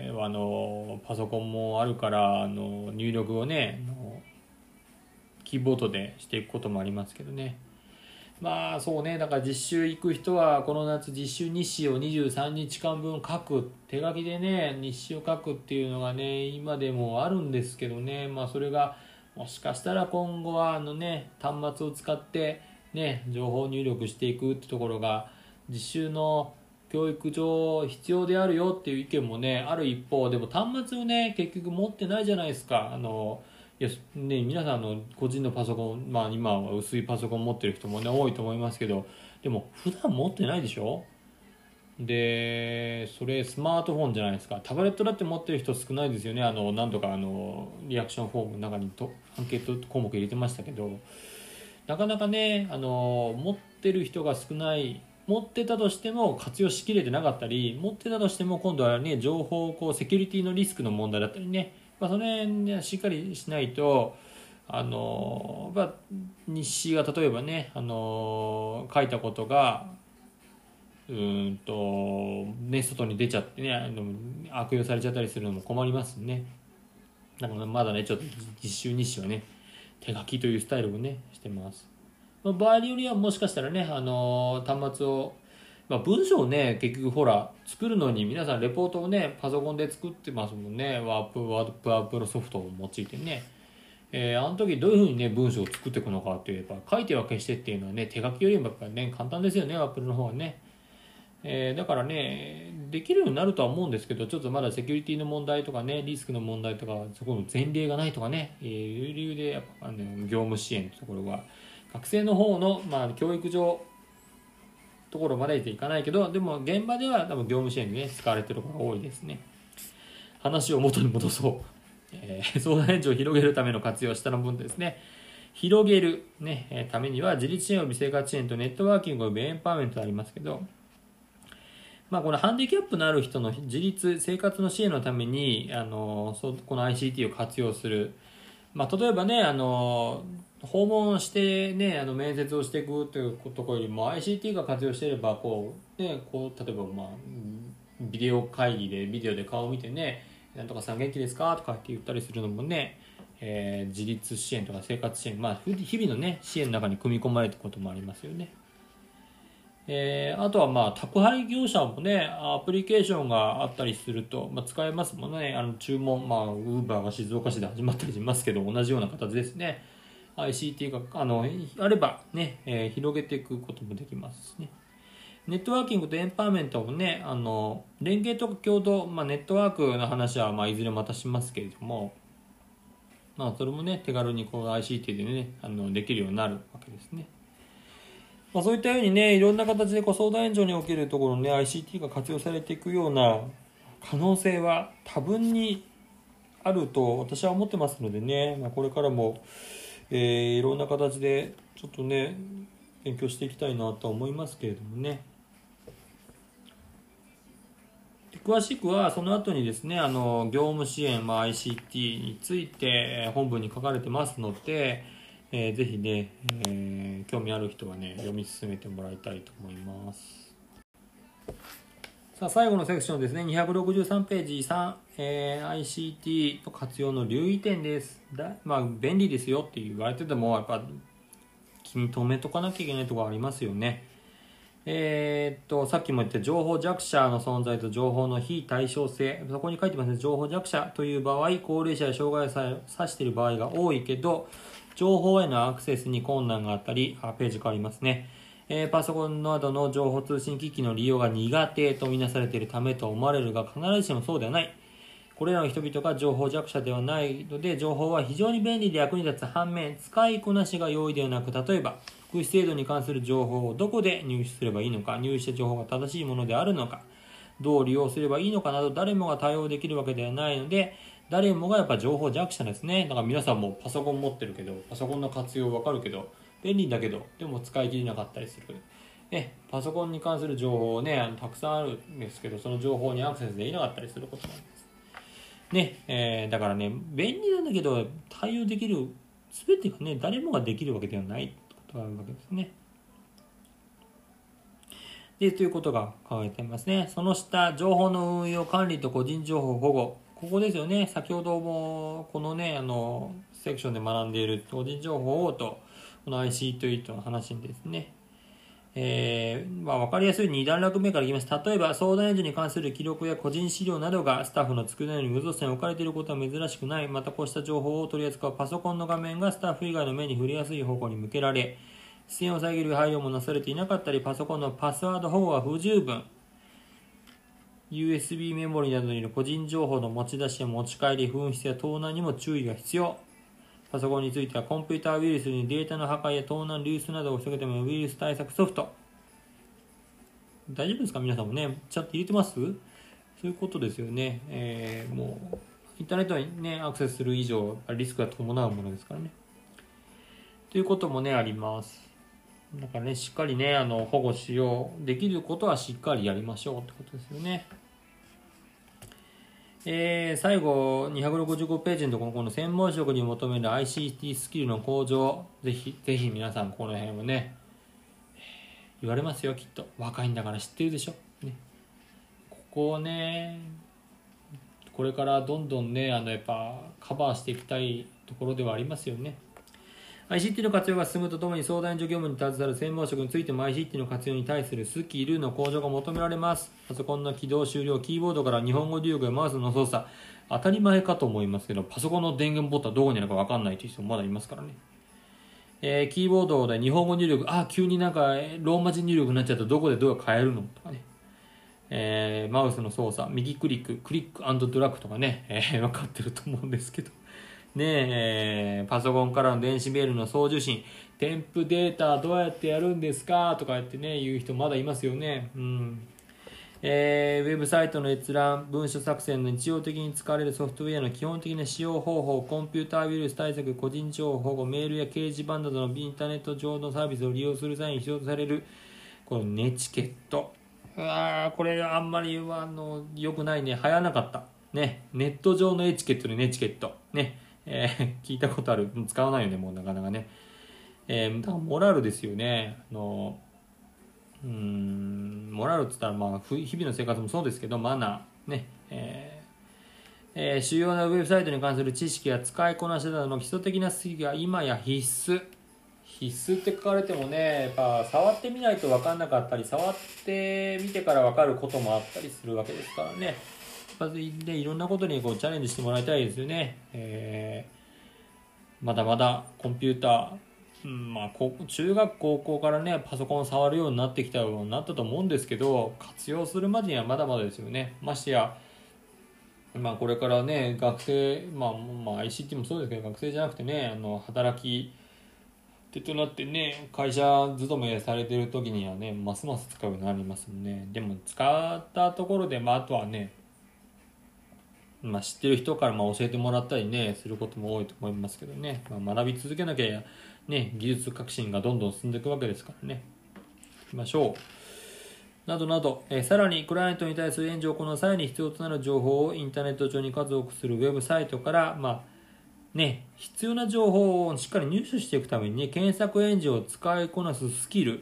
あの、パソコンもあるから、あの、入力をね、あのキーボードでしていくこともありますけどね。まあそうね、だから実習行く人はこの夏実習日誌をにじゅうさんにちかんぶん書く、手書きでね日誌を書くっていうのがね今でもあるんですけどね、まあそれがもしかしたら今後はあのね端末を使ってね情報入力していくってところが実習の教育上必要であるよっていう意見もねある一方でも端末をね結局持ってないじゃないですか。あのいやね、皆さんの個人のパソコン、まあ、今は薄いパソコン持ってる人も、ね、多いと思いますけどでも普段持ってないでしょ。でそれスマートフォンじゃないですか。タブレットだって持ってる人少ないですよね。あの何度かあのリアクションフォームの中にとアンケート項目入れてましたけどなかなかねあの持ってる人が少ない。持ってたとしても活用しきれてなかったり持ってたとしても今度はね情報こうセキュリティのリスクの問題だったりね、まあ、その辺、ね、しっかりしないとあの、まあ、日誌が例えばねあの書いたことがうんと、ね、外に出ちゃってねあの悪用されちゃったりするのも困りますね。だからまだねちょっと実習日誌はね手書きというスタイルをねしてます。場合によりはもしかしたらね、あのー端末を、まあ、文章をね結局ほら作るのに皆さんレポートをねパソコンで作ってますもんね。ワープワードプワープロソフトを用いてね、えー、あの時どういうふうにね文章を作っていくのかっていうやっぱ書いては消してっていうのはね手書きよりもやっぱりね簡単ですよねワープロの方はね。えー、だからねできるようになるとは思うんですけどちょっとまだセキュリティの問題とかねリスクの問題とかそこの前例がないとかね、えー、いう理由でやっぱ、ね、業務支援のところは学生の方の、まあ、教育上ところまでいかないけどでも現場では多分業務支援にね使われていることが多いですね。話を元に戻そう、えー、相談援助を広げるための活用下の分ですね。広げる、ね、ためには自立支援及び生活支援とネットワーキング及びエンパワーメントありますけど、まあ、このハンディキャップのある人の自立生活の支援のためにあのそうこの アイシーティー を活用する、まあ、例えばねあの訪問してねあの面接をしていくというところよりも アイシーティー が活用していればこう、ね、こう例えば、まあ、ビデオ会議でビデオで顔を見てねなんとかさん元気ですかとかって言ったりするのもね、えー、自立支援とか生活支援、まあ、日々のね支援の中に組み込まれていることもありますよね。えー、あとはまあ宅配業者もねアプリケーションがあったりすると、まあ、使えますもんね。あの注文まあウーバーが静岡市で始まったりしますけど同じような形ですね。 アイシーティー があのあればね、えー、広げていくこともできますしね。ネットワーキングとエンパワーメントもねあの連携とか共同、まあ、ネットワークの話はまあいずれまたしますけれども、まあ、それもね手軽にこう アイシーティー でねあのできるようになるわけですね。まあ、そういったようにねいろんな形でこう相談援助におけるところの、ね、アイシーティー が活用されていくような可能性は多分にあると私は思ってますのでね、まあ、これからも、えー、いろんな形でちょっとね勉強していきたいなと思いますけれどもね。詳しくはその後にですねあの業務支援、まあ、アイシーティー について本文に書かれてますので、えー、ぜひね、えー、興味ある人はね読み進めてもらいたいと思います。 さあ最後のセクションですね。にひゃくろくじゅうさんページさん、えー、アイシーティー の活用の留意点です。だまあ便利ですよって言われててもやっぱ気に留めとかなきゃいけないところありますよね。えー、っとさっきも言った情報弱者の存在と情報の非対称性、そこに書いてますね。情報弱者という場合、高齢者や障害者を指している場合が多いけど、情報へのアクセスに困難があったり、あページ変わりますね。えー、パソコンなどの情報通信機器の利用が苦手とみなされているためと思われるが、必ずしもそうではない。これらの人々が情報弱者ではないので、情報は非常に便利で役に立つ反面、使いこなしが容易ではなく、例えば福祉制度に関する情報をどこで入手すればいいのか、入手した情報が正しいものであるのか、どう利用すればいいのかなど、誰もが対応できるわけではないので、誰もがやっぱ情報弱者ですね。だから皆さんもパソコン持ってるけど、パソコンの活用わかるけど、便利だけど、でも使い切れなかったりする。ね、パソコンに関する情報をね、あのたくさんあるんですけど、その情報にアクセスできなかったりすることなんです。ね、えー、だからね、便利なんだけど、対応できる、全てがね、誰もができるわけではないことがあるわけですね。で、ということが書かれていますね。その下、情報の運用管理と個人情報保護。ここですよね。先ほどもこのね、あのセクションで学んでいる個人情報保護とこの アイシーティー の話ですね。えーまあ、分かりやすいに段落目からいきます。例えば相談援助に関する記録や個人資料などがスタッフの机のように無造作に置かれていることは珍しくない。またこうした情報を取り扱うパソコンの画面がスタッフ以外の目に触れやすい方向に向けられ、視線を遮る配慮もなされていなかったり、パソコンのパスワード保護は不十分、 ユーエスビー メモリなどによる個人情報の持ち出しや持ち帰り、紛失や盗難にも注意が必要。パソコンについてはコンピューターウイルスにデータの破壊や盗難流出などを防ぐためのウイルス対策ソフト。大丈夫ですか皆さんもね、ちゃんと入れてます？そういうことですよね。えー、もうインターネットにねアクセスする以上リスクが伴うものですからね。ということもねあります。だからねしっかりねあの保護しよう、できることはしっかりやりましょうってことですよね。えー、最後にひゃくろくじゅうごページのところ、この専門職に求める アイシーティー スキルの向上、ぜひぜひ皆さんこの辺をね言われますよ。きっと若いんだから知ってるでしょ、ね、ここをねこれからどんどんねあのやっぱカバーしていきたいところではありますよね。 アイシーティー の活用が進むとともに相談助業務に携わる専門職についても アイシーティー の活用に対するスキルの向上が求められます。パソコンの起動終了、キーボードから日本語入力やマウスの操作、当たり前かと思いますけどパソコンの電源ボタンどこにあるか分かんないという人もまだいますからね。えー、キーボードで日本語入力、あ急になんかローマ字入力になっちゃったらどこでどう変えるのとかね、えー、マウスの操作、右クリック、クリック&ドラッグとかね、えー、分かってると思うんですけどねえー、パソコンからの電子メールの送受信、添付データどうやってやるんですかとか言ってね言う人まだいますよね。うんえー、ウェブサイトの閲覧、文書作成の日常的に使われるソフトウェアの基本的な使用方法、コンピューターウイルス対策、個人情報保護、メールや掲示板などのインターネット上のサービスを利用する際に必要とされるこのネチケット。うわーこれあんまりあの良くないね、流行らなかったね。ネット上のエチケットでネチケットね、えー、聞いたことある。使わないよねもうなかなかね。えー、だからモラルですよね。あのうーんモラルって言ったら、まあ、日々の生活もそうですけどマナーね、えーえー、主要なウェブサイトに関する知識や使いこなしなどの基礎的なスキルが今や必須。必須って書かれてもねやっぱ触ってみないと分かんなかったり、触ってみてから分かることもあったりするわけですからね。やっぱりねいろんなことにこうチャレンジしてもらいたいですよね。えー、まだまだコンピューターうんまあ、中学高校からねパソコンを触るようになってきたようになったと思うんですけど、活用するまでにはまだまだですよね。ましてや、まあ、これからね学生、まあまあ、アイシーティー もそうですけど学生じゃなくてねあの働き手となってね会社勤めされてる時にはねますます使うようになりますもんね。でも使ったところで、まあ、あとはねまあ、知ってる人からまあ教えてもらったりねすることも多いと思いますけどね、まあ、学び続けなきゃね技術革新がどんどん進んでいくわけですからね。いきましょう。などなど、えー、さらにクライアントに対する援助を行う際に必要となる情報をインターネット上に数多くするウェブサイトから、まあね、必要な情報をしっかり入手していくために、ね、検索エンジンを使いこなすスキル、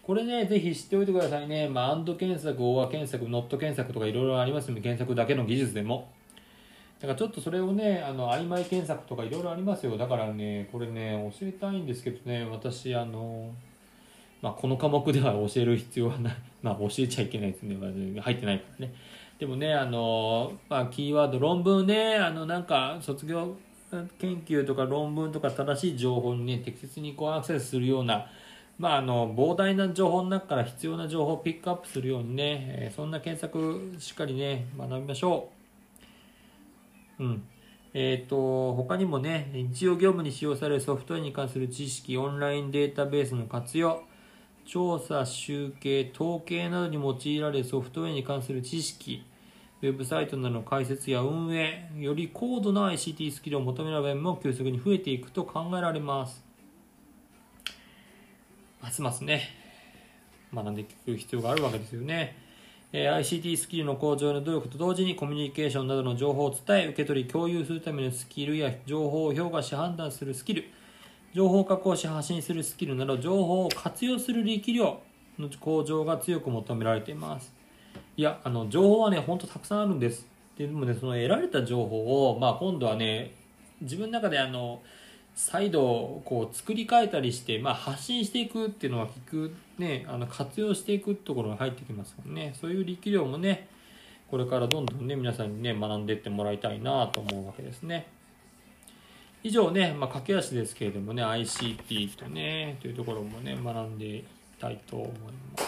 これね、ぜひ知っておいてくださいね。まあ、アンド検索、オーア検索、ノット検索とかいろいろありますので、検索だけの技術でも。だからちょっとそれをね、あの曖昧検索とかいろいろありますよ。だからね、これね、教えたいんですけどね、私、あの、まあ、この科目では教える必要はない。まあ、教えちゃいけないですね。まあ、入ってないからね。でもね、あの、まあ、キーワード、論文ね、あの、なんか、卒業研究とか論文とか正しい情報にね、適切にこうアクセスするような、まあ、あの、膨大な情報の中から必要な情報をピックアップするようにね、えーそんな検索しっかりね、学びましょう。うん。えっと、他にもね、日常業務に使用されるソフトウェアに関する知識、オンラインデータベースの活用、調査、集計、統計などに用いられるソフトウェアに関する知識、ウェブサイトなどの開設や運営、より高度な アイシーティー スキルを求める場面も急速に増えていくと考えられます。ますますね、学んでいく必要があるわけですよね。えー アイシーティー スキルの向上の努力と同時にコミュニケーションなどの情報を伝え、受け取り、共有するためのスキルや情報を評価し判断するスキル、情報を加工し発信するスキルなど情報を活用する力量の向上が強く求められています。いや、あの情報はね、ほんとたくさんあるんです。でもね、その得られた情報を、まあ、今度はね、自分の中であの再度こう作り変えたりして、まあ、発信していくっていうのは聞く、ね、あの活用していくところが入ってきますもんね。そういう力量もね、これからどんどんね、皆さんにね、学んでいってもらいたいなと思うわけですね。以上ね、まあ、駆け足ですけれどもね、アイシーティー とね、というところもね、学んでいきたいと思います。